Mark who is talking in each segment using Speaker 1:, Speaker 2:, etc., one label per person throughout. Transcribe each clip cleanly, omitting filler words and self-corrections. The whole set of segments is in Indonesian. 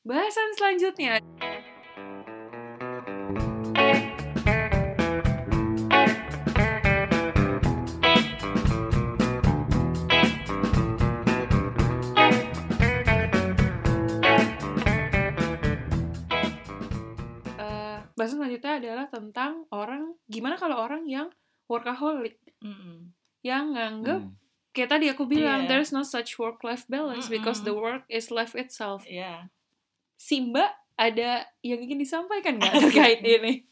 Speaker 1: Bahasan selanjutnya. Bahasan selanjutnya adalah tentang gimana kalau orang yang workaholic, yang nganggep kayak tadi aku bilang, there's no such work-life balance because the work is life itself. Si Mbak ada yang ingin disampaikan nggak terkait ini?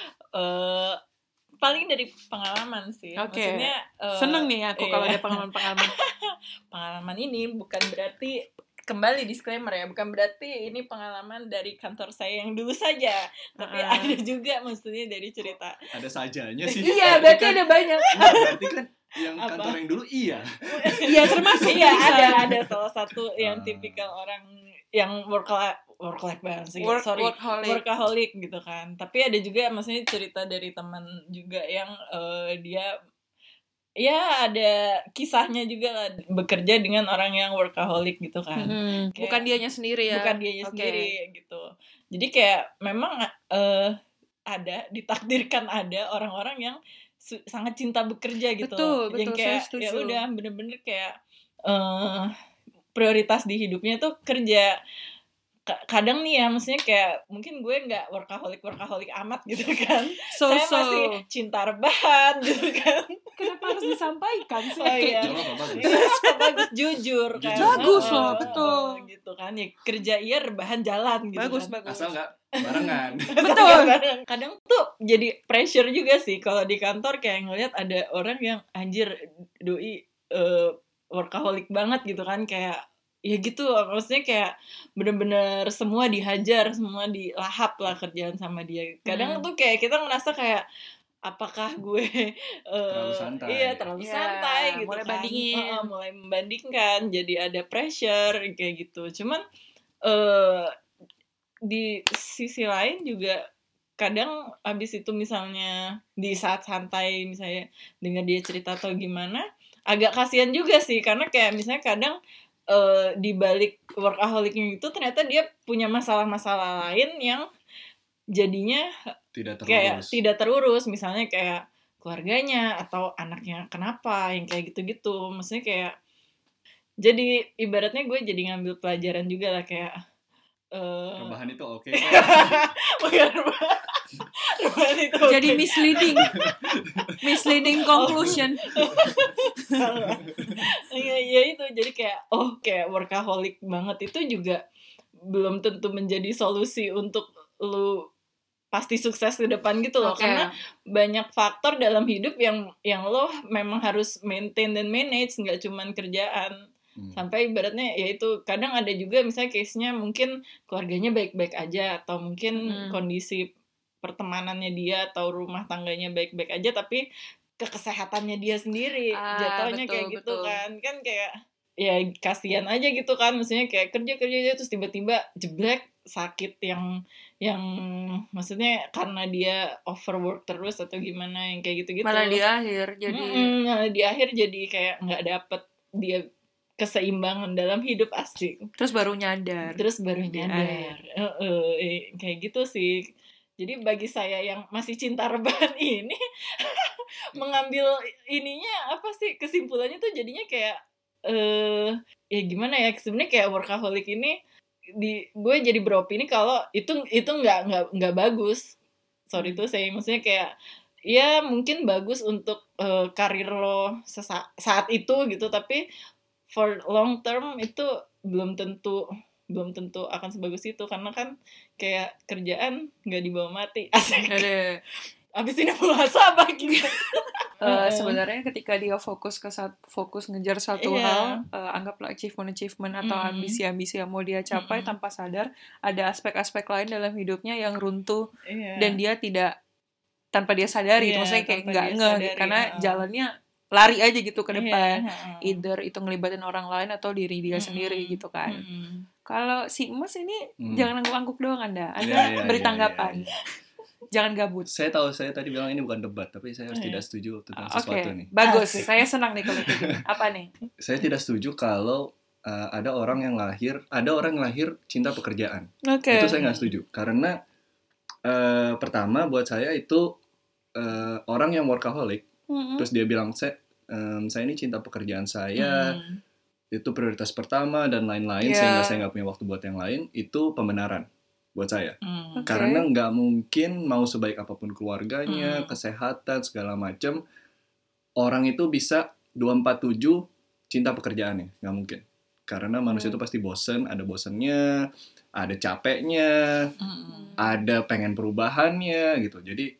Speaker 2: Paling dari pengalaman sih. Maksudnya
Speaker 1: seneng nih aku kalau ada pengalaman-pengalaman.
Speaker 2: Pengalaman ini bukan berarti, kembali disclaimer ya, bukan berarti ini pengalaman dari kantor saya yang dulu saja, tapi ada juga maksudnya dari cerita.
Speaker 3: Ada sajanya sih.
Speaker 1: Iya, berarti kan, ada banyak.
Speaker 3: Berarti kan yang kantor yang dulu iya
Speaker 1: termasuk.
Speaker 2: Iya, ada salah satu yang tipikal orang yang work-life balance, workaholic gitu kan. Tapi ada juga maksudnya cerita dari teman juga yang dia ada kisahnya juga lah, bekerja dengan orang yang workaholic gitu kan.
Speaker 1: Kayak, bukan dianya sendiri ya.
Speaker 2: Bukan dianya sendiri gitu. Jadi kayak memang ditakdirkan ada orang-orang yang sangat cinta bekerja gitu.
Speaker 1: Betul,
Speaker 2: yang kayak ya udah bener-bener kayak prioritas di hidupnya tuh kerja. Kadang nih ya, maksudnya kayak mungkin gue nggak workaholic amat gitu kan. Saya masih cinta rebahan gitu kan.
Speaker 1: Kenapa harus disampaikan sih?
Speaker 2: Bagus, jujur kan.
Speaker 1: Bagus loh, betul.
Speaker 2: Gitu kan, ya kerja iya, rebahan jalan gitu.
Speaker 1: Bagus.
Speaker 3: Asal nggak barengan.
Speaker 1: Betul.
Speaker 2: Kadang tuh jadi pressure juga sih kalau di kantor, kayak ngelihat ada orang yang anjir doi workaholic banget gitu kan, kayak ya gitu, maksudnya kayak bener-bener semua dihajar, semua dilahap lah kerjaan sama dia. Kadang tuh kayak kita ngerasa kayak apakah gue terlalu santai gitu, mulai membandingkan, jadi ada pressure kayak gitu. Cuman di sisi lain juga kadang abis itu misalnya di saat santai misalnya dengar dia cerita atau gimana, agak kasihan juga sih, karena kayak misalnya kadang di balik workaholicnya itu ternyata dia punya masalah-masalah lain yang jadinya tidak terurus, misalnya kayak keluarganya atau anaknya kenapa, yang kayak gitu-gitu. Maksudnya kayak jadi ibaratnya gue jadi ngambil pelajaran juga lah, kayak
Speaker 3: rebahan itu oke.
Speaker 1: Jadi misleading conclusion.
Speaker 2: Ya itu, jadi kayak workaholic banget itu juga belum tentu menjadi solusi untuk lu pasti sukses ke depan gitu loh. Karena banyak faktor dalam hidup yang lo memang harus maintain dan manage, nggak cuman kerjaan. Sampai ibaratnya ya itu, kadang ada juga misalnya case-nya mungkin keluarganya baik-baik aja, atau mungkin kondisi pertemanannya dia atau rumah tangganya baik-baik aja, tapi kesehatannya dia sendiri jatuhnya kayak gitu kan kayak ya kasihan aja gitu kan. Maksudnya kayak kerja terus tiba-tiba jeblek sakit yang maksudnya karena dia overwork terus atau gimana, yang kayak gitu-gitu.
Speaker 1: Malah di akhir jadi
Speaker 2: kayak nggak dapet dia keseimbangan dalam hidup, asik.
Speaker 1: Terus baru nyadar.
Speaker 2: Kayak gitu sih. Jadi bagi saya yang masih cinta rebahan ini mengambil ininya apa sih, kesimpulannya tuh jadinya kayak ya gimana ya, sebenarnya kayak workaholic ini gue jadi beropini kalau itu nggak bagus. Sorry tuh saya, maksudnya kayak ya mungkin bagus untuk karir lo saat itu gitu, tapi for long term itu belum tentu akan sebagus itu, karena kan kayak kerjaan nggak dibawa mati, asik. Abis ini puasa apa gitu.
Speaker 1: Sebenarnya ketika dia fokus ngejar satu hal, anggaplah achievement atau ambisi yang mau dia capai, tanpa sadar ada aspek-aspek lain dalam hidupnya yang runtuh, dan dia tidak, tanpa dia sadari, maksudnya kayak nggak ngeh, karena jalannya lari aja gitu ke depan, either itu ngelibatin orang lain atau diri dia sendiri gitu kan. Kalau si Mas ini jangan ngangguk doang, Anda beri tanggapan. Jangan gabut.
Speaker 3: Saya tahu, saya tadi bilang ini bukan debat, tapi saya harus tidak setuju tentang sesuatu nih.
Speaker 1: Bagus, saya senang nih kalau gitu. Apa nih?
Speaker 3: Saya tidak setuju kalau ada orang yang lahir cinta pekerjaan.
Speaker 1: Oke.
Speaker 3: Itu saya nggak setuju karena pertama buat saya itu orang yang workaholic, terus dia bilang saya ini cinta pekerjaan saya, itu prioritas pertama dan lain-lain, sehingga saya nggak punya waktu buat yang lain, itu pembenaran buat saya. Karena nggak mungkin mau sebaik apapun keluarganya, kesehatan segala macam, orang itu bisa 247 cinta pekerjaannya, nggak mungkin. Karena manusia itu pasti bosen, ada bosennya, ada capeknya, ada pengen perubahannya gitu. Jadi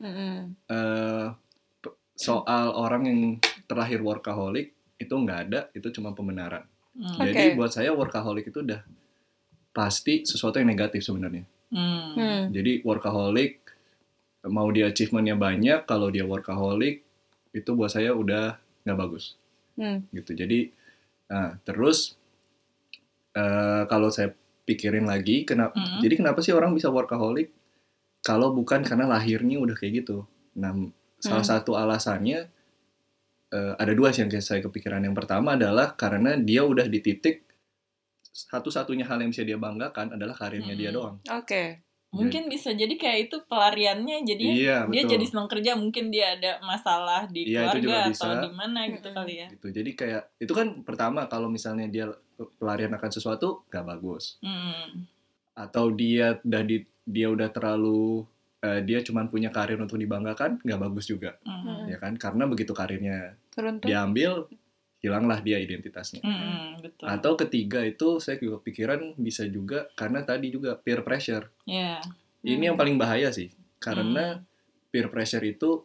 Speaker 3: soal orang yang terlahir workaholic itu nggak ada, itu cuma pembenaran. Jadi buat saya workaholic itu udah pasti sesuatu yang negatif sebenarnya. Jadi workaholic, mau dia achievementnya banyak, kalau dia workaholic itu buat saya udah nggak bagus. Gitu. Jadi terus kalau saya pikirin lagi, jadi kenapa sih orang bisa workaholic kalau bukan karena lahirnya udah kayak gitu. Nah, salah satu alasannya ada dua sih yang saya kepikiran. Yang pertama adalah karena dia udah di titik satu-satunya hal yang bisa dia banggakan adalah karirnya dia doang.
Speaker 2: Mungkin bisa jadi kayak itu pelariannya, jadi dia jadi senang kerja, mungkin dia ada masalah di keluarga atau di mana gitu kali ya.
Speaker 3: Gitu. Jadi kayak itu kan pertama, kalau misalnya dia pelarian akan sesuatu gak bagus. Atau dia udah terlalu dia cuma punya karir untuk dibanggakan, gak bagus juga. Ya kan? Karena begitu karirnya diambil, hilanglah dia identitasnya.
Speaker 2: Betul.
Speaker 3: Atau ketiga itu saya juga pikiran bisa juga karena tadi juga peer pressure. Ini yang paling bahaya sih, karena peer pressure itu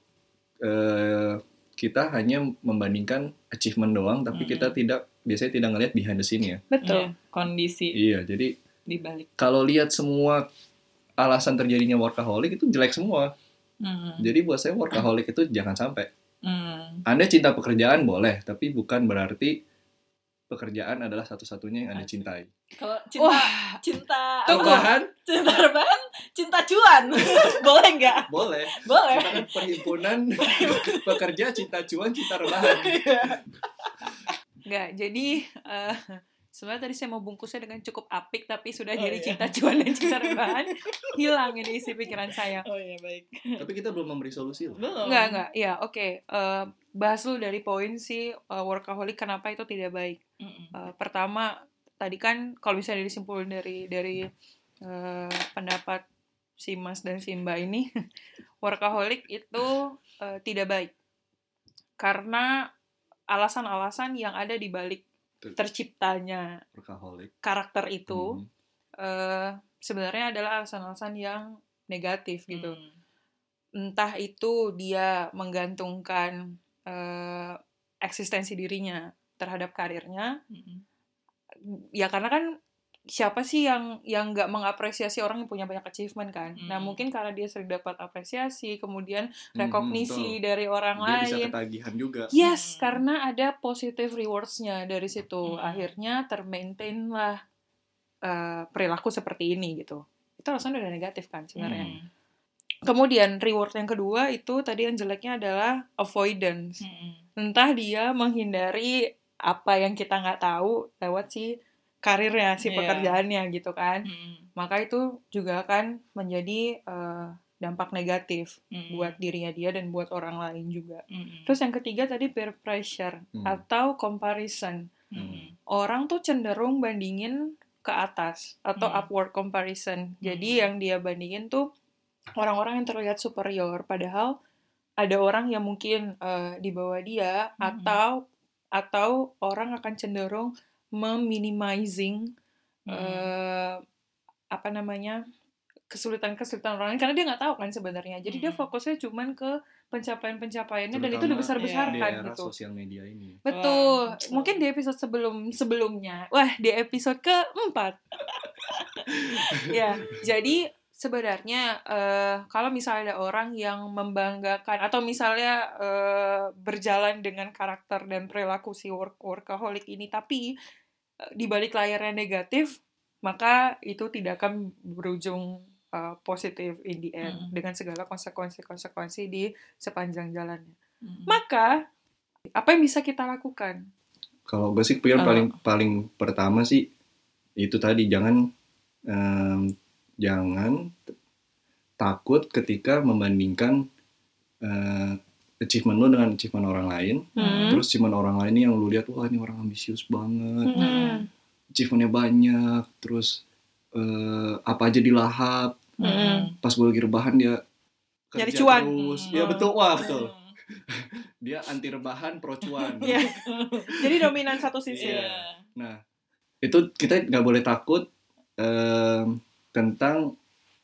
Speaker 3: kita hanya membandingkan achievement doang, tapi kita biasanya tidak ngelihat behind the scene-nya.
Speaker 1: Betul.
Speaker 2: Kondisi.
Speaker 3: Iya, jadi
Speaker 2: dibalik.
Speaker 3: Kalau lihat semua alasan terjadinya workaholic itu jelek semua. Jadi buat saya workaholic itu jangan sampai. Anda cinta pekerjaan boleh, tapi bukan berarti pekerjaan adalah satu-satunya yang Anda cintai.
Speaker 2: Kalau cinta
Speaker 3: rebahan,
Speaker 2: cinta cuan, boleh nggak?
Speaker 3: Boleh. Kita kan perhimpunan pekerja cinta cuan, cinta rebahan.
Speaker 1: Nggak, jadi sebenarnya tadi saya mau bungkusnya dengan cukup apik, tapi sudah jadi cinta cuan dan cinta rebahan, hilang ini isi pikiran saya.
Speaker 2: Oh iya, baik.
Speaker 3: Tapi kita belum memberi solusi loh.
Speaker 1: Enggak. Ya, oke. Bahas dulu dari poin si workaholic, kenapa itu tidak baik. Pertama, tadi kan kalau misalnya disimpulin dari pendapat si Mas dan si Mbak ini, workaholic itu tidak baik. Karena alasan-alasan yang ada di balik terciptanya karakter itu sebenarnya adalah alasan-alasan yang negatif gitu. Entah itu dia menggantungkan eksistensi dirinya terhadap karirnya, ya karena kan siapa sih yang nggak mengapresiasi orang yang punya banyak achievement kan? Nah mungkin karena dia sering dapat apresiasi, kemudian rekognisi dari orang lain,
Speaker 3: dia bisa ketagihan juga.
Speaker 1: Yes, karena ada positive rewards-nya dari situ, akhirnya termaintain lah perilaku seperti ini gitu. Itu alasannya udah negatif kan sebenarnya. Kemudian reward yang kedua itu tadi yang jeleknya adalah avoidance. Entah dia menghindari apa yang kita nggak tahu lewat si karirnya, si pekerjaannya gitu kan. Maka itu juga akan menjadi dampak negatif buat dirinya dia dan buat orang lain juga. Terus yang ketiga tadi peer pressure atau comparison. Orang tuh cenderung bandingin ke atas atau upward comparison. Jadi yang dia bandingin tuh orang-orang yang terlihat superior, padahal ada orang yang mungkin di bawah dia, atau orang akan cenderung meminimizing kesulitan-kesulitan orang lain karena dia nggak tahu kan sebenarnya. Jadi dia fokusnya cuman ke pencapaian-pencapaiannya dan itu dibesar-besarkan gitu.
Speaker 3: Sosial media ini.
Speaker 1: Betul. Mungkin di episode sebelumnya. Wah, di episode keempat. Ya, jadi sebenarnya kalau misalnya ada orang yang membanggakan atau misalnya berjalan dengan karakter dan perilaku si workaholic ini tapi di balik layarnya negatif, maka itu tidak akan berujung positif in the end dengan segala konsekuensi di sepanjang jalannya. Maka apa yang bisa kita lakukan?
Speaker 3: Kalau gue sih paling pertama sih itu tadi, jangan takut ketika membandingkan achievement lo dengan achievement orang lain. Terus achievement orang lain yang lo lihat, wah ini orang ambisius banget, achievementnya banyak, terus apa aja dilahap. Pas gue lagi rebahan dia kerja terus. Ya betul, wah betul. Dia anti rebahan, pro cuan.
Speaker 1: Jadi dominan satu sisi.
Speaker 3: Nah, itu kita nggak boleh takut tentang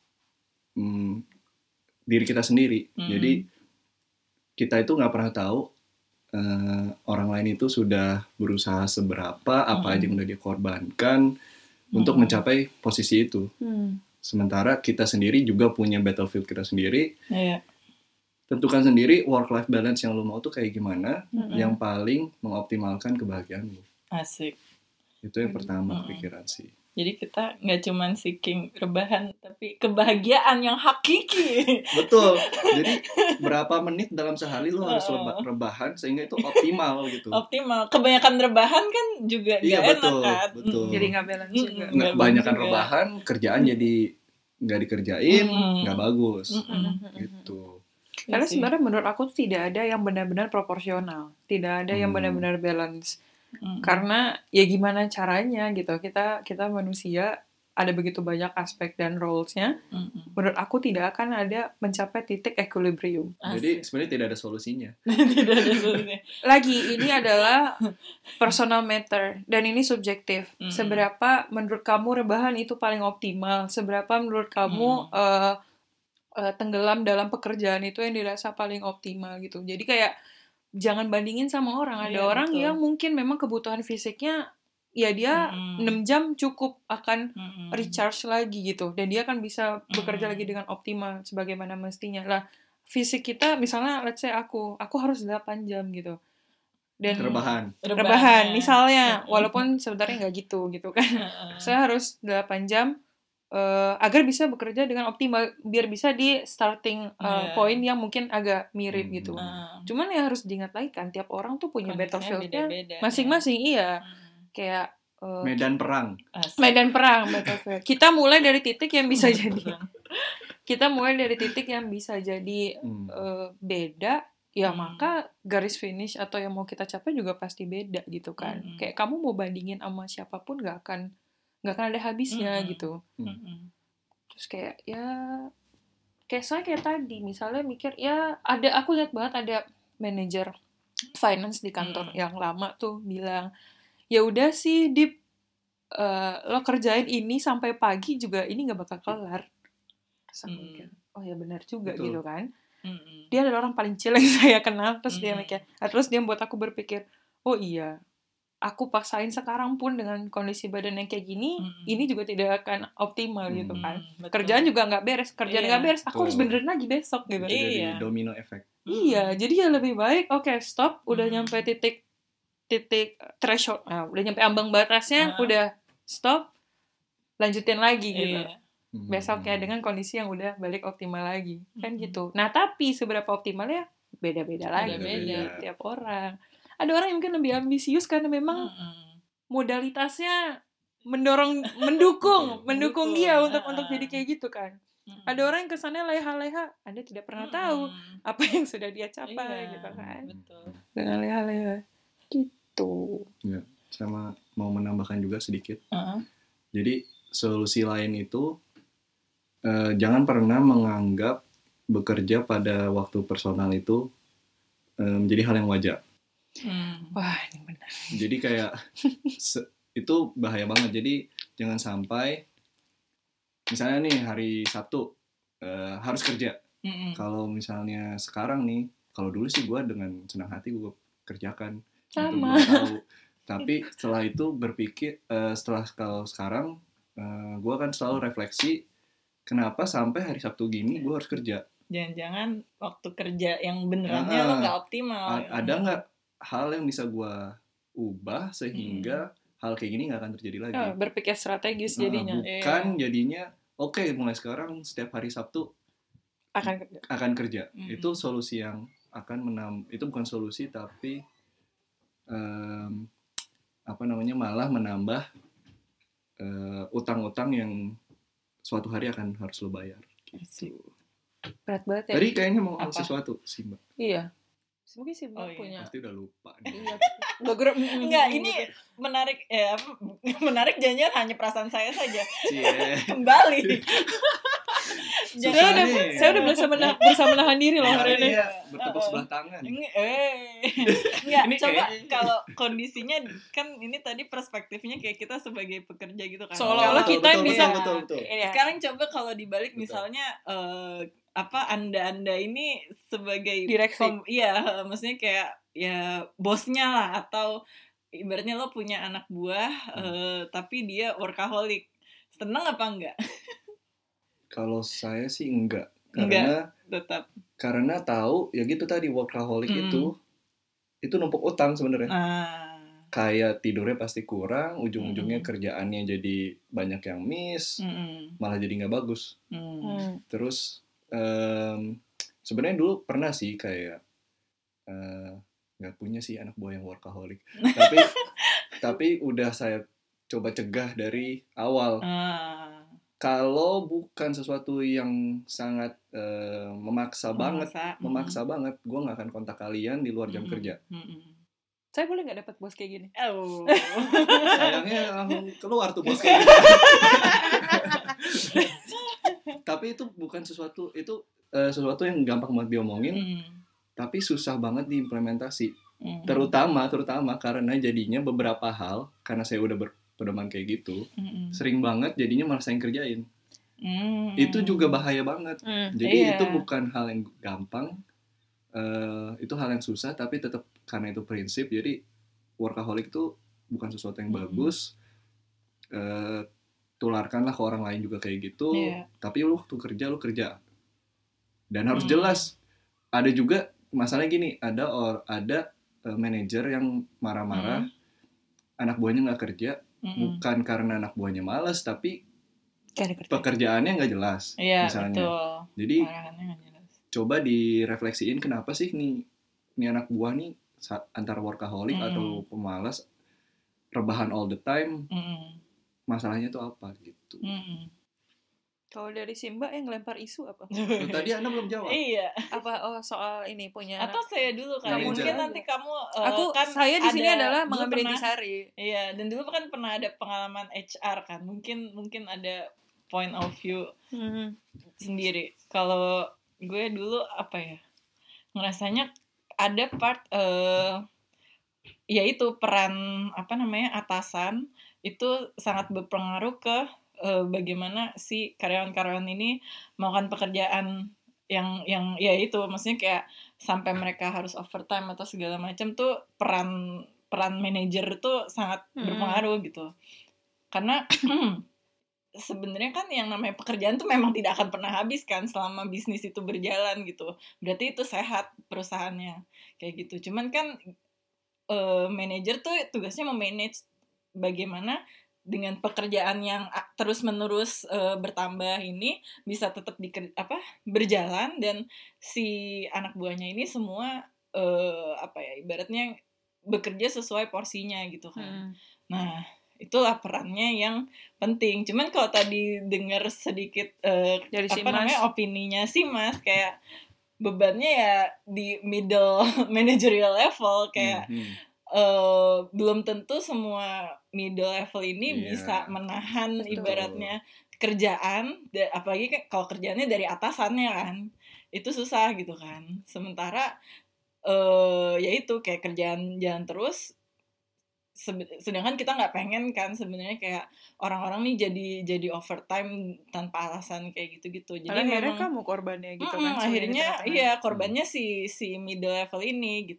Speaker 3: diri kita sendiri. Jadi kita itu nggak pernah tahu orang lain itu sudah berusaha seberapa, apa aja yang udah dia korbankan untuk mencapai posisi itu. Sementara kita sendiri juga punya battlefield kita sendiri. Tentukan sendiri work-life balance yang lo mau tuh kayak gimana, yang paling mengoptimalkan kebahagiaan lo.
Speaker 2: Asik.
Speaker 3: Itu yang pertama pikiran sih.
Speaker 2: Jadi kita nggak cuma seeking rebahan, tapi kebahagiaan yang hakiki.
Speaker 3: Betul. Jadi berapa menit dalam sehari lo harus rebahan sehingga itu optimal gitu.
Speaker 2: Optimal. Kebanyakan rebahan kan juga nggak enak kan.
Speaker 3: Betul.
Speaker 1: Jadi nggak balance juga.
Speaker 3: Kebanyakan rebahan, kerjaan jadi nggak dikerjain, nggak bagus. Gitu.
Speaker 1: Karena sebenarnya menurut aku tuh tidak ada yang benar-benar proporsional, tidak ada yang benar-benar balance. Karena ya gimana caranya gitu, kita manusia ada begitu banyak aspek dan roles-nya. Menurut aku tidak akan ada mencapai titik equilibrium.
Speaker 3: Jadi sebenarnya tidak ada solusinya.
Speaker 2: Tidak ada solusinya.
Speaker 1: Lagi ini adalah personal matter dan ini subjektif. Seberapa menurut kamu rebahan itu paling optimal? Seberapa menurut kamu tenggelam dalam pekerjaan itu yang dirasa paling optimal gitu. Jadi kayak jangan bandingin sama orang. Ada orang yang mungkin memang kebutuhan fisiknya ya dia 6 jam cukup akan recharge lagi gitu. Dan dia akan bisa bekerja lagi dengan optimal sebagaimana mestinya. Lah fisik kita misalnya let's say aku harus 8 jam gitu. Dan rebahan misalnya walaupun sebenarnya nggak gitu kan. Saya harus 8 jam agar bisa bekerja dengan optimal biar bisa di starting point yang mungkin agak mirip gitu. Cuman ya harus diingat lagi kan tiap orang tuh punya battlefield-nya masing-masing. Kayak
Speaker 3: medan perang
Speaker 1: battlefield. Kita mulai dari titik yang bisa jadi beda ya, maka garis finish atau yang mau kita capai juga pasti beda gitu kan. Kayak kamu mau bandingin sama siapapun nggak akan ada habisnya gitu. Terus kayak saya kayak tadi misalnya mikir aku lihat banget ada manajer finance di kantor yang lama tuh bilang, ya udah sih Dip, lo kerjain ini sampai pagi juga ini nggak bakal kelar. Terus aku mikir, oh ya benar juga. Betul. Gitu kan. Dia adalah orang paling chill yang saya kenal. Terus dia mikir, terus dia buat aku berpikir, oh iya, aku paksain sekarang pun dengan kondisi badan yang kayak gini, ini juga tidak akan optimal gitu kan. Betul. Kerjaan juga nggak beres, nggak beres, aku harus benerin lagi besok gitu.
Speaker 3: Jadi domino effect.
Speaker 1: Iya, jadi ya lebih baik, stop, udah nyampe titik threshold, udah nyampe ambang batasnya, udah stop, lanjutin lagi gitu. Besok kayak dengan kondisi yang udah balik optimal lagi, kan gitu. Nah tapi seberapa optimalnya beda-beda lagi tiap orang. Ada orang yang mungkin lebih ambisius karena memang modalitasnya mendukung dia untuk jadi kayak gitu kan. Ada orang yang kesannya leha-leha, Anda tidak pernah tahu apa yang sudah dia capai gitu kan. Dengan leha-leha gitu.
Speaker 3: Ya, sama mau menambahkan juga sedikit. Jadi solusi lain itu jangan pernah menganggap bekerja pada waktu personal itu menjadi hal yang wajar.
Speaker 1: Wah, ini benar.
Speaker 3: Jadi kayak itu bahaya banget. Jadi jangan sampai misalnya nih hari Sabtu harus kerja. Kalau misalnya sekarang nih, kalau dulu sih gue dengan senang hati gue kerjakan.
Speaker 1: Sama.
Speaker 3: Tapi setelah itu berpikir, kalau sekarang gue kan selalu refleksi, kenapa sampai hari Sabtu gini gue harus kerja?
Speaker 2: Jangan-jangan waktu kerja yang benerannya lo nggak optimal.
Speaker 3: Ada nggak hal yang bisa gue ubah sehingga hal kayak gini nggak akan terjadi lagi?
Speaker 1: Berpikir strategis jadinya.
Speaker 3: Bukan jadinya, oke, mulai sekarang setiap hari Sabtu akan kerja. Itu solusi yang akan itu bukan solusi tapi malah menambah utang-utang yang suatu hari akan harus lo bayar gitu.
Speaker 1: Berat banget ya.
Speaker 3: Tadi kayaknya mau sesuatu sih Mbak.
Speaker 1: Iya. Mungkin sih Mbak punya.
Speaker 3: Pasti udah lupa.
Speaker 1: Iya.
Speaker 2: Enggak, ini menarik menarik jangan hanya perasaan saya saja. Kembali.
Speaker 1: Saya udah bersama nahan diri loh hari ini.
Speaker 3: Iya, bertepuk sebelah tangan.
Speaker 2: Enggak, coba kalau kondisinya kan ini tadi perspektifnya kayak kita sebagai pekerja gitu kan.
Speaker 1: Seolah-olah kita yang bisa.
Speaker 3: Betul.
Speaker 2: Sekarang coba kalau dibalik misalnya Anda ini sebagai
Speaker 1: direksi.
Speaker 2: Iya, maksudnya kayak ya bosnya lah, atau ibaratnya lo punya anak buah tapi dia workaholic. Seneng apa enggak?
Speaker 3: Kalau saya sih enggak.
Speaker 2: Tetap.
Speaker 3: Karena tahu ya gitu tadi workaholic itu numpuk utang sebenarnya. Kayak tidurnya pasti kurang, ujung-ujungnya kerjaannya jadi banyak yang miss, malah jadi nggak bagus. Terus sebenarnya dulu pernah sih kayak nggak punya sih anak buah yang workaholic, tapi udah saya coba cegah dari awal. Kalau bukan sesuatu yang sangat memaksa banget, gue nggak akan kontak kalian di luar jam kerja.
Speaker 1: Saya boleh nggak dapat bos kayak gini?
Speaker 3: Sayangnya langsung keluar tuh bos kayak gitu. Tapi itu bukan sesuatu yang gampang banget diomongin, tapi susah banget diimplementasi. Terutama karena jadinya beberapa hal, karena saya udah berpedoman kayak gitu, sering banget jadinya malah saya yang kerjain. Itu juga bahaya banget. Jadi itu bukan hal yang gampang, itu hal yang susah, tapi tetap karena itu prinsip. Jadi workaholic itu bukan sesuatu yang bagus. Tularkanlah ke orang lain juga kayak gitu. Tapi lu waktu kerja lu kerja, dan harus jelas. Ada juga masalahnya gini, ada manajer yang marah-marah, anak buahnya nggak kerja, bukan karena anak buahnya malas, tapi pekerjaannya nggak jelas, misalnya.
Speaker 2: Betul.
Speaker 3: Jadi coba direfleksiin, kenapa sih nih anak buah nih antara workaholic atau pemalas, rebahan all the time, masalahnya tuh apa gitu.
Speaker 1: Kalau dari si Mbak yang ngelempar isu apa?
Speaker 3: Tadi Anda belum jawab.
Speaker 2: Iya.
Speaker 1: Apa soal ini punya
Speaker 2: atau
Speaker 1: anak?
Speaker 2: saya dulu kan. Mungkin nanti kamu
Speaker 1: saya di sini adalah mengambil intisari.
Speaker 2: Iya, dan dulu kan pernah ada pengalaman HR kan. Mungkin ada point of view sendiri. Kalau gue dulu ngerasanya ada part yaitu peran atasan itu sangat berpengaruh ke bagaimana si karyawan-karyawan ini melakukan pekerjaan yang ya itu, maksudnya kayak sampai mereka harus overtime atau segala macam tuh peran manajer tuh sangat berpengaruh gitu. Karena sebenarnya kan yang namanya pekerjaan tuh memang tidak akan pernah habis kan selama bisnis itu berjalan gitu. Berarti itu sehat perusahaannya kayak gitu. Cuman kan manajer tuh tugasnya memanage bagaimana dengan pekerjaan yang terus-menerus bertambah ini bisa tetap berjalan, dan si anak buahnya ini semua ibaratnya bekerja sesuai porsinya gitu kan. Nah, itulah perannya yang penting. Cuman kalau tadi dengar sedikit opininya si Mas, kayak bebannya ya di middle managerial level kayak belum tentu semua middle level ini bisa menahan ibaratnya kerjaan, apalagi kalau kerjaannya dari atasannya kan, itu susah gitu kan. Sementara ya itu kayak kerjaan jalan terus, sedangkan kita nggak pengen kan sebenarnya kayak orang-orang nih jadi overtime tanpa alasan kayak gitu-gitu. Jadi
Speaker 1: akhirnya kamu korbannya gitu kan.
Speaker 2: Akhirnya korbannya si middle level ini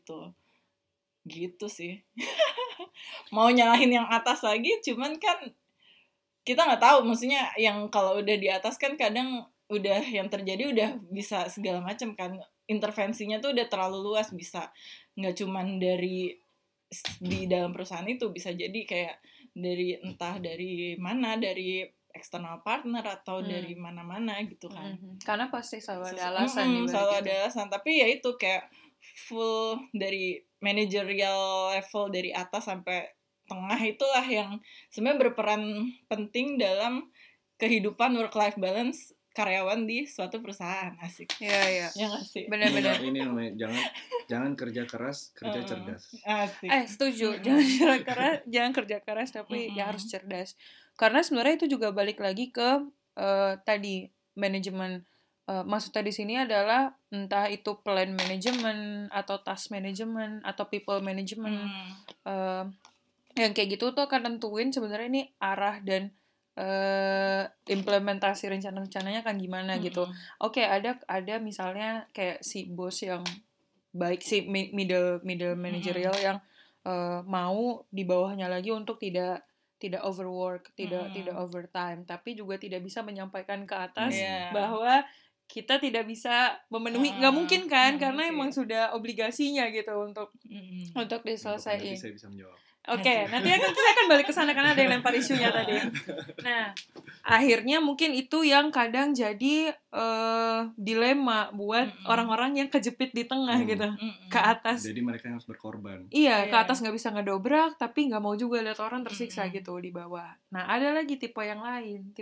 Speaker 2: gitu sih. Mau nyalahin yang atas lagi, cuman kan kita nggak tahu, maksudnya yang kalau udah di atas kan kadang udah yang terjadi udah bisa segala macam kan, intervensinya tuh udah terlalu luas, bisa nggak cuman di dalam perusahaan itu, bisa jadi kayak entah dari mana, dari external partner atau dari mana-mana gitu kan.
Speaker 1: Karena pasti selalu ada alasan.
Speaker 2: Selalu ada alasan, tapi ya itu kayak full dari managerial level dari atas sampai tengah itulah yang sebenarnya berperan penting dalam kehidupan work-life balance karyawan di suatu perusahaan. Asik.
Speaker 1: Iya.
Speaker 2: Ya nggak sih?
Speaker 1: Benar-benar.
Speaker 3: Ini namanya jangan kerja keras, kerja cerdas.
Speaker 2: Asik.
Speaker 1: Setuju. Jangan kerja keras tapi ya harus cerdas. Karena sebenarnya itu juga balik lagi ke tadi manajemen. Maksudnya di sini adalah entah itu plan management atau task management atau people management. Yang kayak gitu tuh akan nentuin sebenarnya ini arah dan implementasi rencana-rencananya kan gimana gitu. Oke, ada misalnya kayak si bos yang baik, si middle managerial yang mau di bawahnya lagi untuk tidak overwork, tidak overtime, tapi juga tidak bisa menyampaikan ke atas bahwa kita tidak bisa memenuhi, nggak mungkin kan, karena emang sudah obligasinya gitu untuk diselesaikan.
Speaker 3: Saya bisa menjawab.
Speaker 1: Oke, nanti saya akan balik ke sana karena ada yang lempar isunya tadi. Nah, akhirnya mungkin itu yang kadang jadi dilema buat orang-orang yang kejepit di tengah gitu, ke atas.
Speaker 3: Jadi mereka yang harus berkorban.
Speaker 1: Iya, ke atas nggak bisa ngedobrak, tapi nggak mau juga lihat orang tersiksa gitu di bawah. Nah, ada lagi tipe yang lain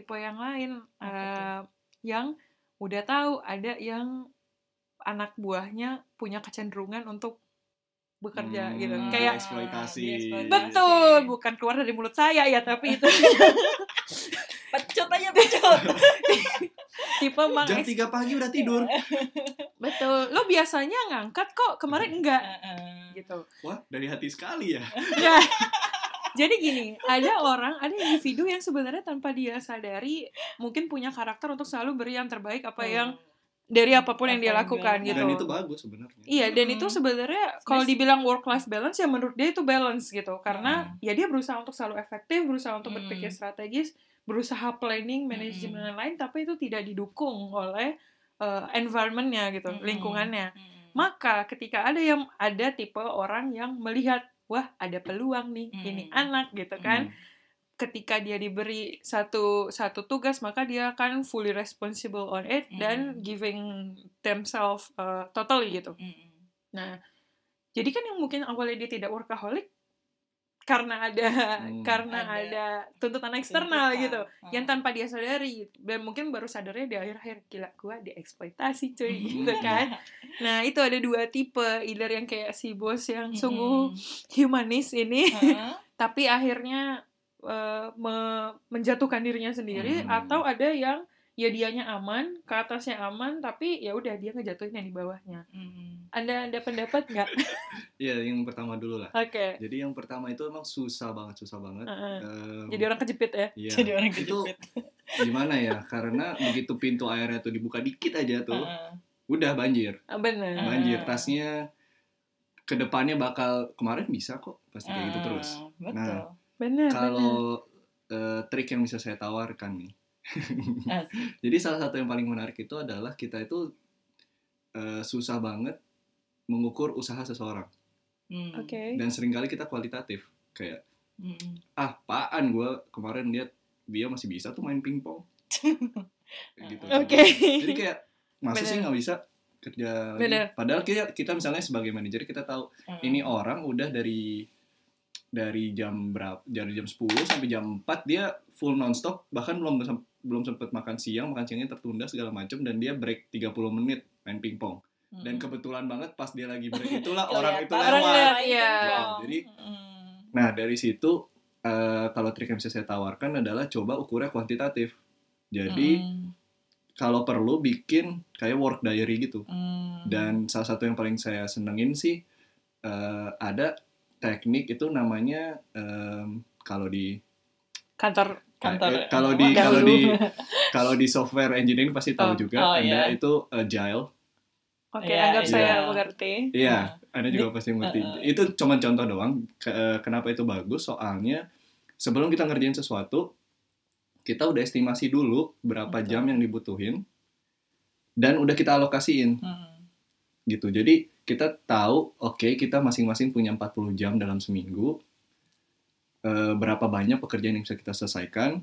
Speaker 1: yang udah tahu ada yang anak buahnya punya kecenderungan untuk bekerja gitu, kayak
Speaker 3: eksploitasi.
Speaker 1: Betul, bukan keluar dari mulut saya ya, tapi itu
Speaker 2: pecut.
Speaker 1: Tipe
Speaker 3: jam 3 pagi udah tidur.
Speaker 1: Betul, lo biasanya ngangkat kok, kemarin enggak gitu.
Speaker 3: Wah, dari hati sekali ya.
Speaker 1: Ya. Jadi gini, ada individu yang sebenarnya tanpa dia sadari mungkin punya karakter untuk selalu beri yang terbaik yang dari apapun yang dia lakukan gitu.
Speaker 3: Dan itu bagus sebenarnya.
Speaker 1: Iya, dan itu sebenarnya kalau dibilang work-life balance ya menurut dia itu balance gitu. Karena ya dia berusaha untuk selalu efektif, berusaha untuk berpikir strategis, berusaha planning, manajemen dan lain, tapi itu tidak didukung oleh environment-nya gitu, lingkungannya. Maka ketika ada tipe orang yang melihat, wah ada peluang nih, ini anak gitu kan. Ketika dia diberi satu tugas, maka dia akan fully responsible on it dan giving themselves totally gitu. Nah, jadi kan yang mungkin awalnya dia tidak workaholic karena ada tuntutan eksternal gitu, yang tanpa dia sadari, dan mungkin baru sadarnya di akhir-akhir, gila gue dieksploitasi cuy gitu kan. Nah itu ada dua tipe, either yang kayak si bos yang sungguh humanis ini tapi akhirnya menjatuhkan dirinya sendiri, atau ada yang ya dianya aman, ke atasnya aman, tapi ya udah dia ngejatuhin yang di bawahnya. Ada pendapat nggak?
Speaker 3: Iya, yang pertama dulu lah.
Speaker 1: Oke.
Speaker 3: Jadi yang pertama itu emang susah banget.
Speaker 1: Jadi orang kejepit ya?
Speaker 3: Iya.
Speaker 2: Jadi orang kejepit.
Speaker 3: Itu gimana ya? Karena begitu pintu airnya tuh dibuka dikit aja tuh, udah banjir.
Speaker 1: Bener.
Speaker 3: Banjir, tasnya kedepannya bakal, kemarin bisa kok, pasti kayak gitu terus.
Speaker 2: Betul.
Speaker 3: Nah,
Speaker 1: Bener.
Speaker 3: kalau trik yang bisa saya tawarkan nih. Jadi salah satu yang paling menarik itu adalah kita itu susah banget mengukur usaha seseorang. Dan seringkali kita kualitatif, kayak apaan gue kemarin lihat dia masih bisa tuh main pingpong gitu. Jadi kayak masa sih nggak bisa kerja lagi? Padahal kita misalnya sebagai manajer kita tahu ini orang udah dari jam berapa, dari jam 10 sampai jam 4 dia full nonstop, bahkan belum sempat makan siangnya tertunda segala macam, dan dia break 30 menit main pingpong. Dan kebetulan banget pas dia lagi break itulah orang itu lewat. Jadi nah dari situ kalau trik yang bisa saya tawarkan adalah coba ukurnya kuantitatif. Jadi kalau perlu bikin kayak work diary gitu. Dan salah satu yang paling saya senengin sih ada teknik itu namanya kalau di
Speaker 1: kantor
Speaker 3: kalau di software engineering pasti tahu juga ada itu agile.
Speaker 1: Anggap saya mengerti.
Speaker 3: Iya, Anda juga pasti mengerti. Itu cuma contoh doang. Kenapa itu bagus? Soalnya sebelum kita ngerjain sesuatu, kita udah estimasi dulu berapa jam yang dibutuhin, dan udah kita alokasiin. Gitu. Jadi kita tahu, kita masing-masing punya 40 jam dalam seminggu. Berapa banyak pekerjaan yang bisa kita selesaikan.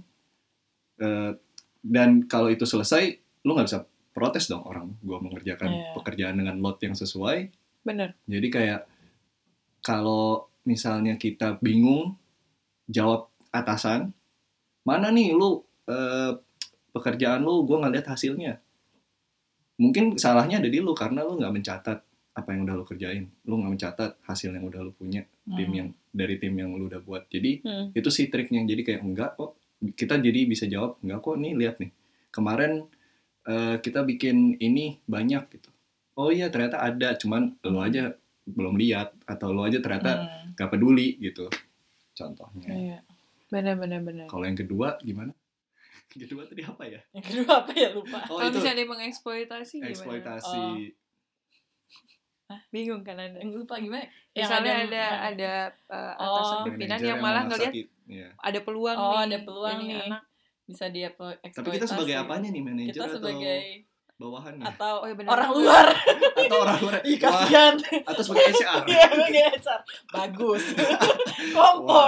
Speaker 3: Dan kalau itu selesai, lu nggak bisa protes dong orang gue mengerjakan pekerjaan dengan load yang sesuai.
Speaker 1: Bener.
Speaker 3: Jadi kayak kalau misalnya kita bingung jawab atasan, mana nih lu pekerjaan lu gue nggak lihat hasilnya. Mungkin salahnya ada di lu karena lu nggak mencatat apa yang udah lu kerjain, lu nggak mencatat hasil yang udah lu punya dari tim yang lu udah buat. Jadi itu sih triknya. Jadi kayak enggak kok, kita jadi bisa jawab enggak kok, nih lihat nih kemarin kita bikin ini banyak gitu. Oh iya ternyata ada, cuman lu aja belum lihat, atau lu aja ternyata nggak peduli gitu. Contohnya.
Speaker 1: Iya. Benar.
Speaker 3: Kalau yang kedua gimana? Kedua tadi apa ya?
Speaker 2: Yang kedua apa ya, lupa.
Speaker 1: Kalau misalnya dia mengeksploitasi gimana?
Speaker 3: Eksploitasi.
Speaker 1: Bingung kan Anda?
Speaker 2: Yang lupa gimana?
Speaker 1: Misalnya ada atasan pimpinan yang malah ngelihat ada peluang nih.
Speaker 2: Ada peluang nih. Anak bisa dia eksploitasi.
Speaker 3: Tapi kita sebagai apanya nih, manajer
Speaker 2: kita sebagai
Speaker 3: bawahannya?
Speaker 2: Atau orang luar.
Speaker 3: Atau orang luar.
Speaker 2: Ih, kasihan.
Speaker 3: Atau sebagai HR.
Speaker 2: Iya, sebagai HR. Bagus. Kompor.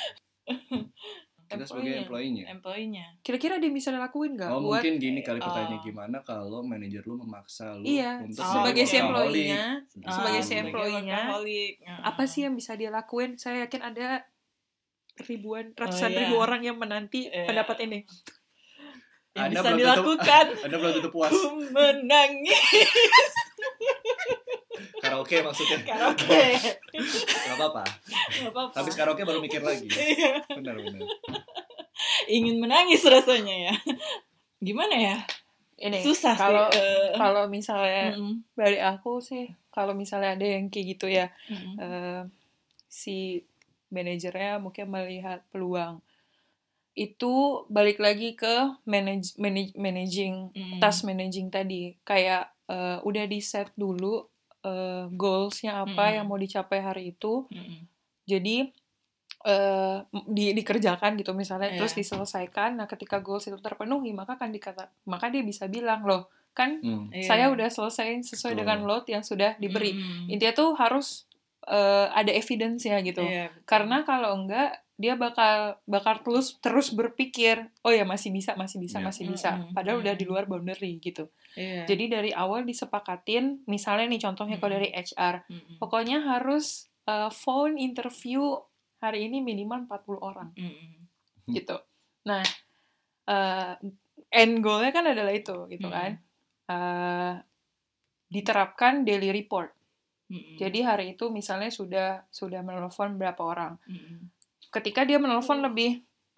Speaker 3: Kita sebagai employee-nya.
Speaker 1: Kira-kira dia bisa lakuin nggak?
Speaker 3: Mungkin gini kali pertanyaannya, gimana kalau manajer lu memaksa lu untuk
Speaker 1: sebagai si employee-nya,
Speaker 2: workaholic.
Speaker 1: Apa sih yang bisa dia lakuin? Saya yakin ada ratusan ribu orang yang menanti pendapat ini.
Speaker 2: Yang bisa dilakukan.
Speaker 3: Anda belum tentu puas.
Speaker 2: Ku menangis.
Speaker 3: Karaoke maksudnya.
Speaker 2: Karaoke.
Speaker 3: Gak apa-apa. Habis karaoke baru mikir lagi. Benar.
Speaker 2: Ingin menangis rasanya ya. Gimana ya?
Speaker 1: Ini
Speaker 2: susah
Speaker 1: kalau
Speaker 2: sih.
Speaker 1: Kalau misalnya dari aku sih, kalau misalnya ada yang kayak gitu ya, si manajernya mungkin melihat peluang. Itu balik lagi ke managing, task managing tadi. Kayak udah di set dulu goals-nya apa yang mau dicapai hari itu. Jadi dikerjakan gitu misalnya, terus diselesaikan. Nah, ketika goals itu terpenuhi, maka dia bisa bilang, loh kan saya udah selesai sesuai dengan load yang sudah diberi. Intinya tuh harus ada evidence-nya gitu. Karena kalau enggak, dia bakal terus berpikir, oh ya masih bisa. Padahal udah di luar boundary gitu. Jadi dari awal disepakatin, misalnya nih contohnya kalau dari HR, pokoknya harus phone interview hari ini minimal 40 orang. Gitu. Nah, end goal-nya kan adalah itu gitu kan. Diterapkan daily report. Jadi hari itu misalnya sudah menelpon berapa orang. Ketika dia menelpon lebih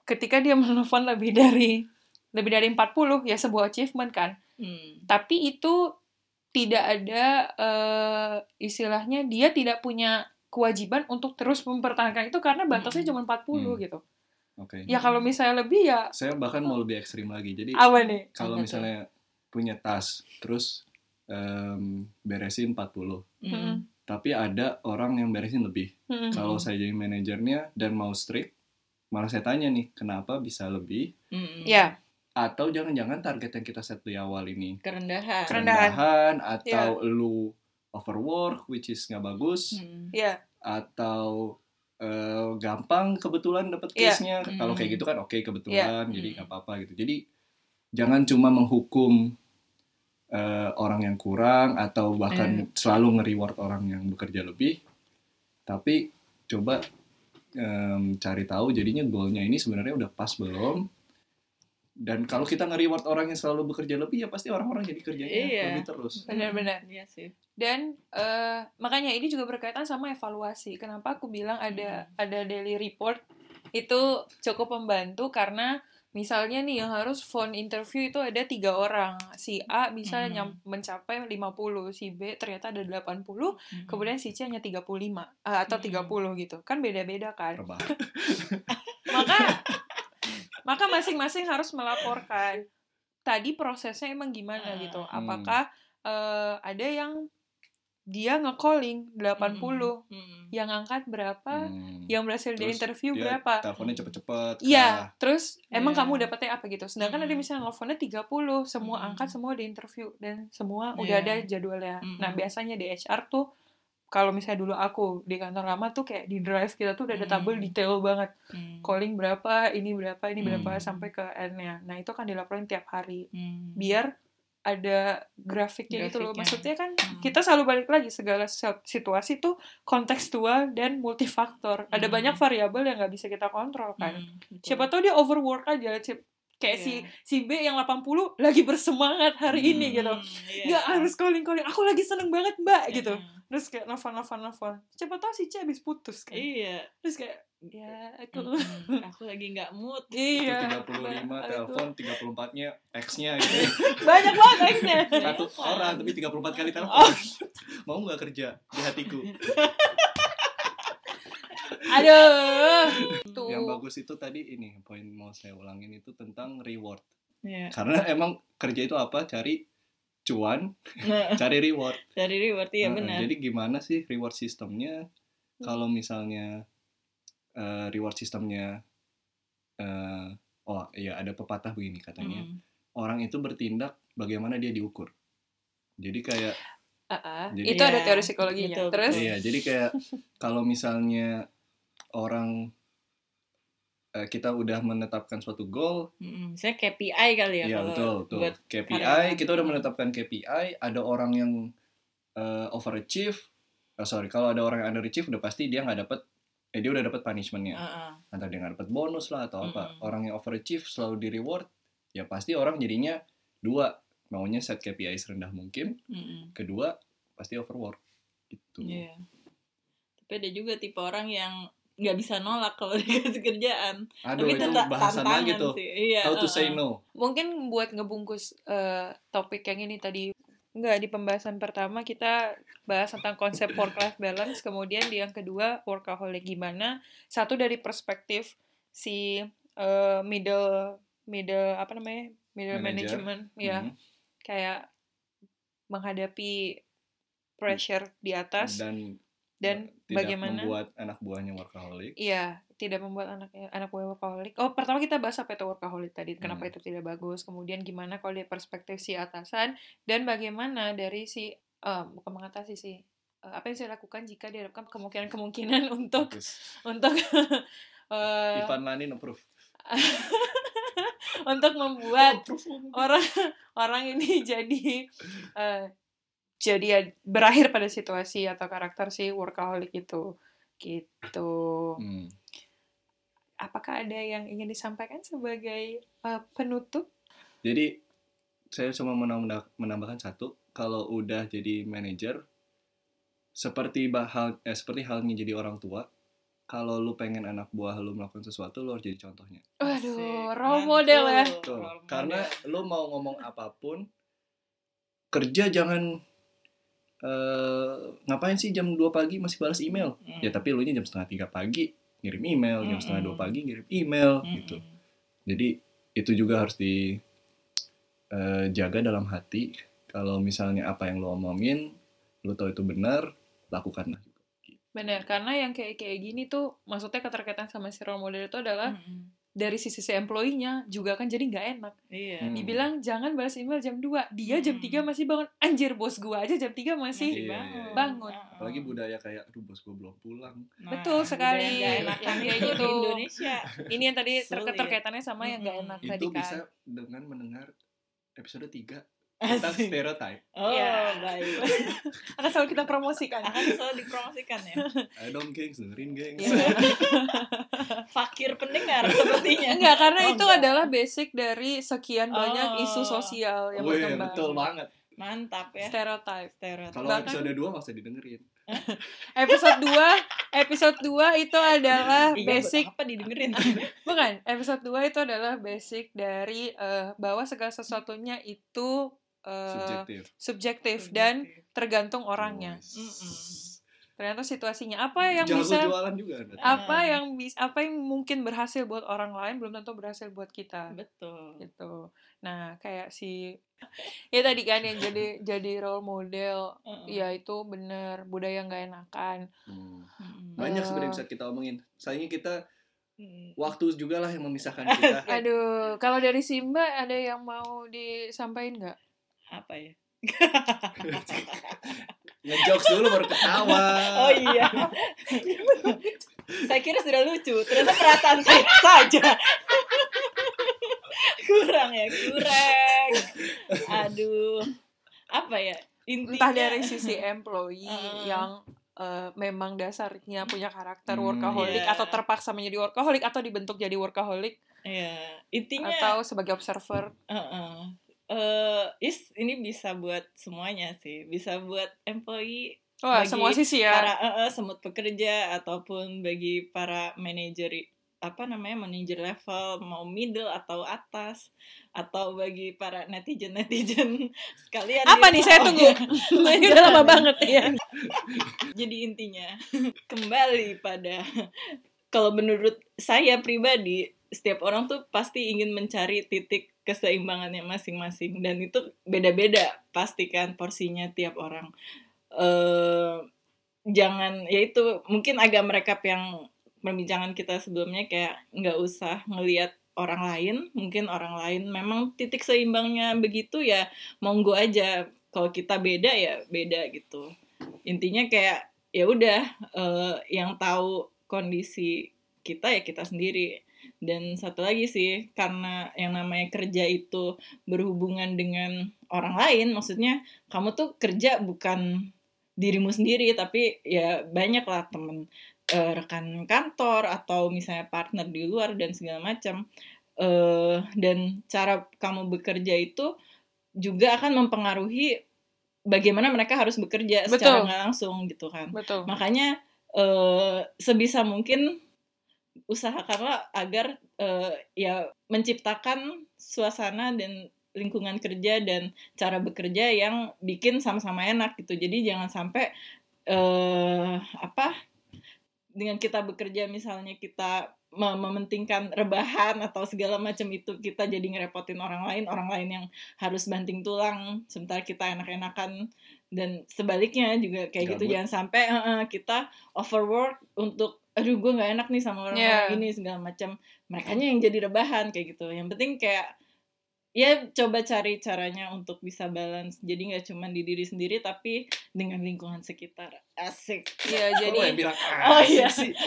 Speaker 1: dari 40, ya sebuah achievement kan. Tapi itu tidak ada istilahnya, dia tidak punya kewajiban untuk terus mempertahankan itu karena batasnya cuma 40 gitu. Ya kalau misalnya lebih ya.
Speaker 3: Saya bahkan mau lebih ekstrim lagi. Jadi kalau misalnya punya task terus beresin 40. Tapi ada orang yang beresin lebih. Kalau saya jadi manajernya dan mau strict, malah saya tanya nih, kenapa bisa lebih? Atau jangan-jangan target yang kita set di awal ini kerendahan atau lu overwork, which is nggak bagus, atau gampang kebetulan dapet case-nya. Kalau kayak gitu kan oke, kebetulan, jadi nggak apa-apa gitu. Jadi jangan cuma menghukum orang yang kurang atau bahkan selalu nge-reward orang yang bekerja lebih, tapi coba cari tahu jadinya goalnya ini sebenarnya udah pas belum. Dan kalau kita nge-reward orang yang selalu bekerja lebih, ya pasti orang-orang jadi kerjanya lebih terus.
Speaker 1: Benar-benar. Iya sih. Dan makanya ini juga berkaitan sama evaluasi. Kenapa aku bilang ada daily report itu cukup membantu, karena misalnya nih yang harus phone interview itu ada 3 orang. Si A bisa mencapai 50, si B ternyata ada 80, kemudian si C hanya 35 atau 30 gitu. Kan beda-beda kan. Maka masing-masing harus melaporkan tadi prosesnya emang gimana gitu. Apakah ada yang dia nge-calling 80, yang angkat berapa, yang berhasil di interview berapa.
Speaker 3: Teleponnya cepet-cepet.
Speaker 1: Iya, terus emang kamu dapetnya apa gitu. Sedangkan ada misalnya teleponnya 30, semua angkat, semua di interview, dan semua udah ada jadwalnya. Nah, biasanya di HR tuh, kalau misalnya dulu aku di kantor lama tuh kayak di drive kita tuh udah ada tabel detail banget. Calling berapa, ini berapa, sampai ke end-nya. Nah, itu kan dilaporin tiap hari. Biar ada grafiknya gitu loh. Maksudnya kan kita selalu balik lagi, segala situasi tuh kontekstual dan multifaktor. Ada banyak variabel yang nggak bisa kita kontrol kan. Siapa tahu dia overwork aja, kayak si B yang 80 lagi bersemangat hari ini gitu. Nggak harus calling, aku lagi seneng banget mbak gitu. Terus kayak nelfon. Siapa tahu si C habis putus kan. Terus kayak ya
Speaker 2: aku lagi nggak mood.
Speaker 3: 35 telepon, 34-nya X-nya gitu.
Speaker 1: Banyak banget X-nya.
Speaker 3: Satu orang tapi 34 kali telepon. Mau nggak kerja di hatiku?
Speaker 1: Aduh.
Speaker 3: Yang bagus itu tadi ini poin mau saya ulangin itu tentang reward. Karena emang kerja itu apa? Cari cuan, cari reward.
Speaker 2: Iya benar.
Speaker 3: Jadi gimana sih reward sistemnya? Kalau misalnya reward sistemnya ada pepatah begini katanya. Orang itu bertindak bagaimana dia diukur. Jadi kayak
Speaker 1: jadi, itu ada teori psikologinya.
Speaker 2: Betul.
Speaker 1: Terus
Speaker 3: jadi kayak kalau misalnya orang kita udah menetapkan suatu goal,
Speaker 2: misalnya KPI kali ya.
Speaker 3: Iya betul. KPI kita udah menetapkan KPI. Ada orang yang overachieve. Kalau ada orang yang underachieve udah pasti dia nggak dapat. Dia udah dapat punishment-nya. Entah dia nggak dapat bonus lah atau apa. Orang yang overachieve selalu di reward. Ya pasti orang jadinya 2, maunya set KPI serendah mungkin. Kedua pasti overwork gitu.
Speaker 2: Tapi ada juga tipe orang yang nggak bisa nolak kalau dikasih kerjaan.
Speaker 3: Aduh, tapi itu bahasan lagi tuh. How to say no.
Speaker 1: Mungkin buat ngebungkus topik yang ini tadi, di pembahasan pertama kita bahas tentang konsep work-life balance, kemudian di yang kedua workaholic gimana. Satu dari perspektif si middle management ya, kayak menghadapi pressure di atas dan bagaimana
Speaker 3: membuat anak buahnya workaholic.
Speaker 1: Iya, tidak membuat anak buah workaholic. Pertama kita bahas apa itu workaholic tadi, kenapa itu tidak bagus. Kemudian gimana kalau dari perspektif si atasan, dan bagaimana dari si bukan mengatasi sih, apa yang saya lakukan jika dihadapkan kemungkinan untuk
Speaker 3: Ivan Lanin approve.
Speaker 1: untuk membuat orang ini jadi berakhir pada situasi atau karakter si workaholic itu gitu. Apakah ada yang ingin disampaikan sebagai penutup?
Speaker 3: Jadi saya cuma menambahkan satu, kalau udah jadi manajer seperti halnya jadi orang tua, kalau lu pengen anak buah lu melakukan sesuatu, lu harus jadi contohnya.
Speaker 1: Aduh, role model ya.
Speaker 3: Karena lu mau ngomong apapun, kerja jangan ngapain sih jam 2 pagi masih balas email? Ya tapi lu nya jam 2:30 pagi ngirim email, jam 1:30 pagi ngirim email gitu. Jadi itu juga harus dijaga dalam hati. Kalau misalnya apa yang lu omongin, lu tahu itu benar, lakukanlah.
Speaker 1: Benar, karena yang kayak gini tuh maksudnya keterkaitan sama si role model itu adalah dari sisi employee-nya juga kan jadi nggak enak. Dibilang jangan balas email jam 2, dia jam 3 masih bangun. Anjir, bos gua aja jam 3 masih bangun.
Speaker 3: Apalagi budaya kayak, aduh bos gua belum pulang.
Speaker 1: Betul sekali. Yang kayak gitu.
Speaker 2: Indonesia.
Speaker 1: Ini yang tadi terkaitannya sama yang nggak enak tadi kan.
Speaker 3: Itu bisa dengan mendengar episode 3 tentang stereotype.
Speaker 2: Baik.
Speaker 1: Akan selalu kita promosikan.
Speaker 2: Ya.
Speaker 3: Ayo dong gengs, dengerin gengs.
Speaker 2: Fakir pendengar sepertinya.
Speaker 1: Enggak, karena itu adalah basic dari sekian banyak isu sosial yang berkembang.
Speaker 3: Betul banget.
Speaker 2: Mantap ya.
Speaker 1: Stereotype.
Speaker 3: Kalau episode 2 nggak usah didengerin.
Speaker 1: Episode 2 itu adalah basic.
Speaker 2: Apa didengerin?
Speaker 1: Bukan, episode 2 itu adalah basic dari bahwa segala sesuatunya itu subjektif dan tergantung orangnya. Ternyata situasinya apa yang bisa
Speaker 3: juga,
Speaker 1: apa yang mungkin berhasil buat orang lain belum tentu berhasil buat kita.
Speaker 2: Betul.
Speaker 1: Gitu. Nah, kayak ya tadi kan yang jadi role model, ya itu bener budaya nggak enakan.
Speaker 3: Banyak sebenarnya bisa kita omongin. Sayangnya kita waktu juga lah yang memisahkan kita.
Speaker 1: Aduh, kalau dari Simba ada yang mau disampaikan nggak?
Speaker 2: Apa ya?
Speaker 3: Ngejokes dulu baru ketawa.
Speaker 2: Oh iya. Saya kira sudah lucu, ternyata perasaan saya saja. Kurang. Aduh, apa ya? Intinya,
Speaker 1: entah dari sisi employee yang memang dasarnya punya karakter workaholic atau terpaksa menjadi workaholic atau dibentuk jadi workaholic.
Speaker 2: Intinya
Speaker 1: atau sebagai observer.
Speaker 2: Ini bisa buat semuanya sih, bisa buat employee,
Speaker 1: bagi semua sisi ya,
Speaker 2: para semut pekerja ataupun bagi para manajer manager level, mau middle atau atas, atau bagi para netizen sekalian.
Speaker 1: Apa nih, saya tunggu. Ini udah lama banget ya.
Speaker 2: Jadi intinya kembali pada, kalau menurut saya pribadi, setiap orang tuh pasti ingin mencari titik keseimbangannya masing-masing, dan itu beda-beda pasti kan porsinya tiap orang. Jangan, ya itu mungkin agak merekap yang perbincangan kita sebelumnya, kayak nggak usah ngelihat orang lain, mungkin orang lain memang titik seimbangnya begitu, ya monggo aja. Kalau kita beda ya beda gitu. Intinya kayak ya udah, yang tahu kondisi kita ya kita sendiri. Dan satu lagi sih, karena yang namanya kerja itu berhubungan dengan orang lain, maksudnya kamu tuh kerja bukan dirimu sendiri, tapi ya banyak lah temen, rekan kantor atau misalnya partner di luar dan segala macam. Dan cara kamu bekerja itu juga akan mempengaruhi bagaimana mereka harus bekerja. Betul. Secara nggak langsung gitu kan.
Speaker 1: Betul.
Speaker 2: Makanya sebisa mungkin usahakanlah agar ya menciptakan suasana dan lingkungan kerja dan cara bekerja yang bikin sama-sama enak gitu. Jadi jangan sampai dengan kita bekerja misalnya kita mementingkan rebahan atau segala macam, itu kita jadi ngerepotin orang lain yang harus banting tulang sementara kita enak-enakan, dan sebaliknya juga kayak gitu. Jangan sampai kita overwork untuk aduh gue nggak enak nih sama orang-orang ini segala macam, merekanya yang jadi rebahan kayak gitu. Yang penting kayak ya coba cari caranya untuk bisa balance, jadi nggak cuma di diri sendiri tapi dengan lingkungan sekitar. Asik.
Speaker 1: Iya, jadi
Speaker 2: sih.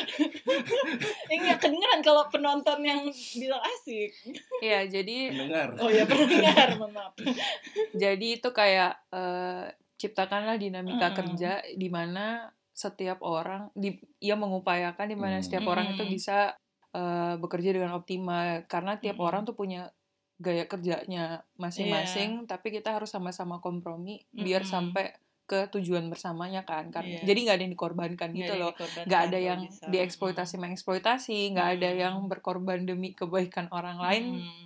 Speaker 2: Ini kedengeran kalau penonton yang bilang asik.
Speaker 1: Iya, jadi
Speaker 3: pendengar.
Speaker 2: Pendengar, mohon maaf.
Speaker 1: Jadi itu kayak ciptakanlah dinamika kerja di mana setiap orang ia mengupayakan di mana setiap orang itu bisa bekerja dengan optimal, karena tiap orang tuh punya gaya kerjanya masing-masing, tapi kita harus sama-sama kompromi biar sampai ke tujuan bersamanya kan. Jadi nggak ada yang dikorbankan gitu loh, nggak ada yang mengeksploitasi, nggak ada yang berkorban demi kebaikan orang lain,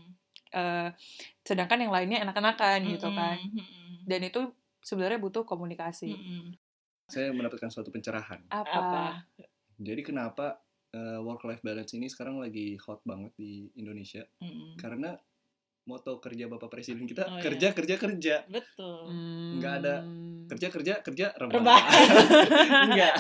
Speaker 1: sedangkan yang lainnya enak-enakan gitu kan. Dan itu sebenarnya butuh komunikasi.
Speaker 3: Saya mendapatkan suatu pencerahan.
Speaker 2: Apa?
Speaker 3: Jadi kenapa work-life balance ini sekarang lagi hot banget di Indonesia? Karena moto kerja Bapak Presiden kita kerja.
Speaker 2: Betul.
Speaker 3: Nggak ada kerja rebahan. Enggak.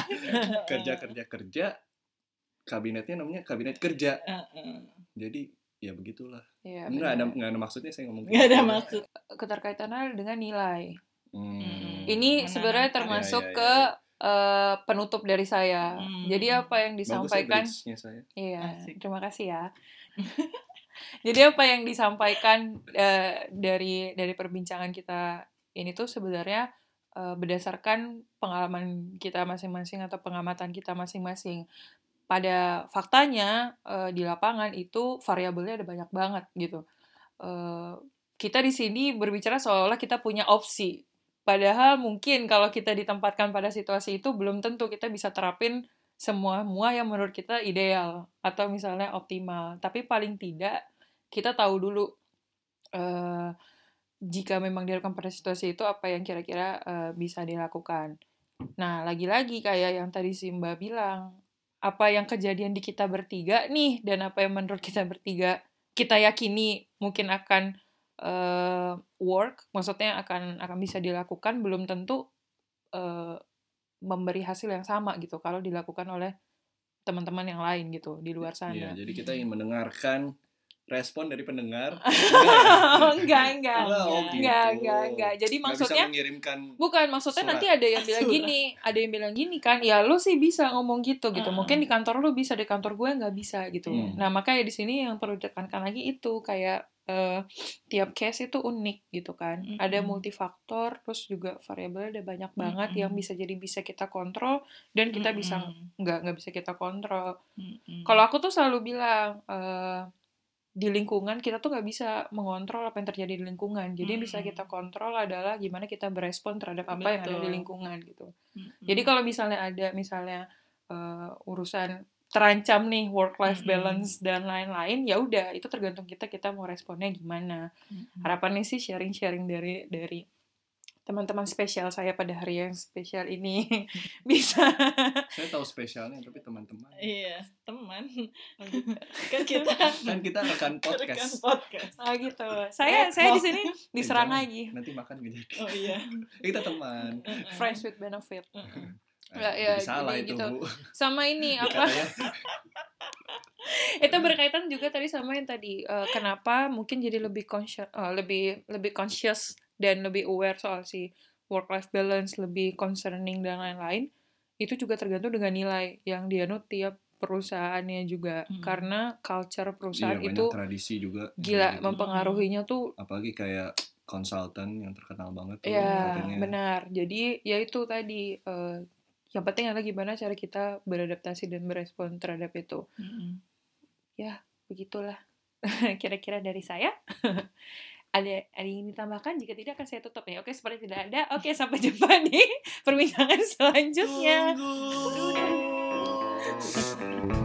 Speaker 3: Kerja. Kabinetnya namanya kabinet kerja. Jadi ya begitulah.
Speaker 1: Ya,
Speaker 3: nggak ada maksudnya saya ngomong.
Speaker 2: Nggak ada maksud.
Speaker 1: Keterkaitannya dengan nilai. Ini sebenarnya termasuk ke penutup dari saya. Jadi apa yang disampaikan? Iya, terima kasih ya. Jadi apa yang disampaikan dari perbincangan kita ini tuh sebenarnya berdasarkan pengalaman kita masing-masing atau pengamatan kita masing-masing. Pada faktanya di lapangan itu variabelnya ada banyak banget gitu. Kita di sini berbicara seolah-olah kita punya opsi. Padahal mungkin kalau kita ditempatkan pada situasi itu belum tentu kita bisa terapin semua yang menurut kita ideal atau misalnya optimal. Tapi paling tidak kita tahu dulu jika memang dilakukan pada situasi itu apa yang kira-kira bisa dilakukan. Nah, lagi-lagi kayak yang tadi si Mbak bilang, apa yang kejadian di kita bertiga nih dan apa yang menurut kita bertiga kita yakini mungkin akan work, maksudnya akan bisa dilakukan, belum tentu memberi hasil yang sama gitu kalau dilakukan oleh teman-teman yang lain gitu di luar sana.
Speaker 3: Iya, jadi kita ingin mendengarkan respon dari pendengar.
Speaker 1: Enggak. Jadi maksudnya bukan maksudnya surat. Nanti ada yang bilang gini kan, ya lu sih bisa ngomong gitu. Mungkin di kantor lu bisa, di kantor gue nggak bisa gitu. Nah, makanya di sini yang perlu ditekankan lagi itu kayak tiap case itu unik gitu kan. Ada multifaktor, terus juga variabel ada banyak banget yang bisa kita kontrol dan kita bisa nggak bisa kita kontrol. Kalau aku tuh selalu bilang di lingkungan kita tuh nggak bisa mengontrol apa yang terjadi di lingkungan. Jadi yang bisa kita kontrol adalah gimana kita berespon terhadap apa yang ada di lingkungan gitu. Jadi kalau misalnya ada urusan terancam nih work life balance dan lain-lain, ya udah itu tergantung kita mau responnya gimana. Harapannya sih sharing dari teman-teman spesial saya pada hari yang spesial ini bisa.
Speaker 3: Saya tahu spesialnya tapi teman-teman.
Speaker 2: Iya, teman.
Speaker 3: Kan kita rekan podcast.
Speaker 1: Oh gitu. Saya di sini diserang lagi.
Speaker 3: Nanti makan gak jadi.
Speaker 2: Oh iya.
Speaker 3: Kita teman.
Speaker 1: Friends with benefit.
Speaker 3: Ya, salah itu
Speaker 1: gitu.
Speaker 3: Bu.
Speaker 1: Sama ini apa? Itu berkaitan juga tadi sama yang tadi kenapa mungkin jadi lebih conscious dan lebih aware soal si work life balance, lebih concerning dan lain-lain. Itu juga tergantung dengan nilai yang dianut tiap perusahaannya juga. Karena culture perusahaan itu
Speaker 3: tradisi juga
Speaker 1: gila gitu. Mempengaruhinya tuh,
Speaker 3: apalagi kayak konsultan yang terkenal banget tuh
Speaker 1: ya,
Speaker 3: katanya.
Speaker 1: Benar. Jadi ya itu tadi yang penting adalah gimana cara kita beradaptasi dan berespon terhadap itu. Ya, begitulah. Kira-kira dari saya. Ada yang ditambahkan? Jika tidak akan saya tutup ya. Oke, seperti tidak ada. Oke, sampai jumpa di perbincangan selanjutnya.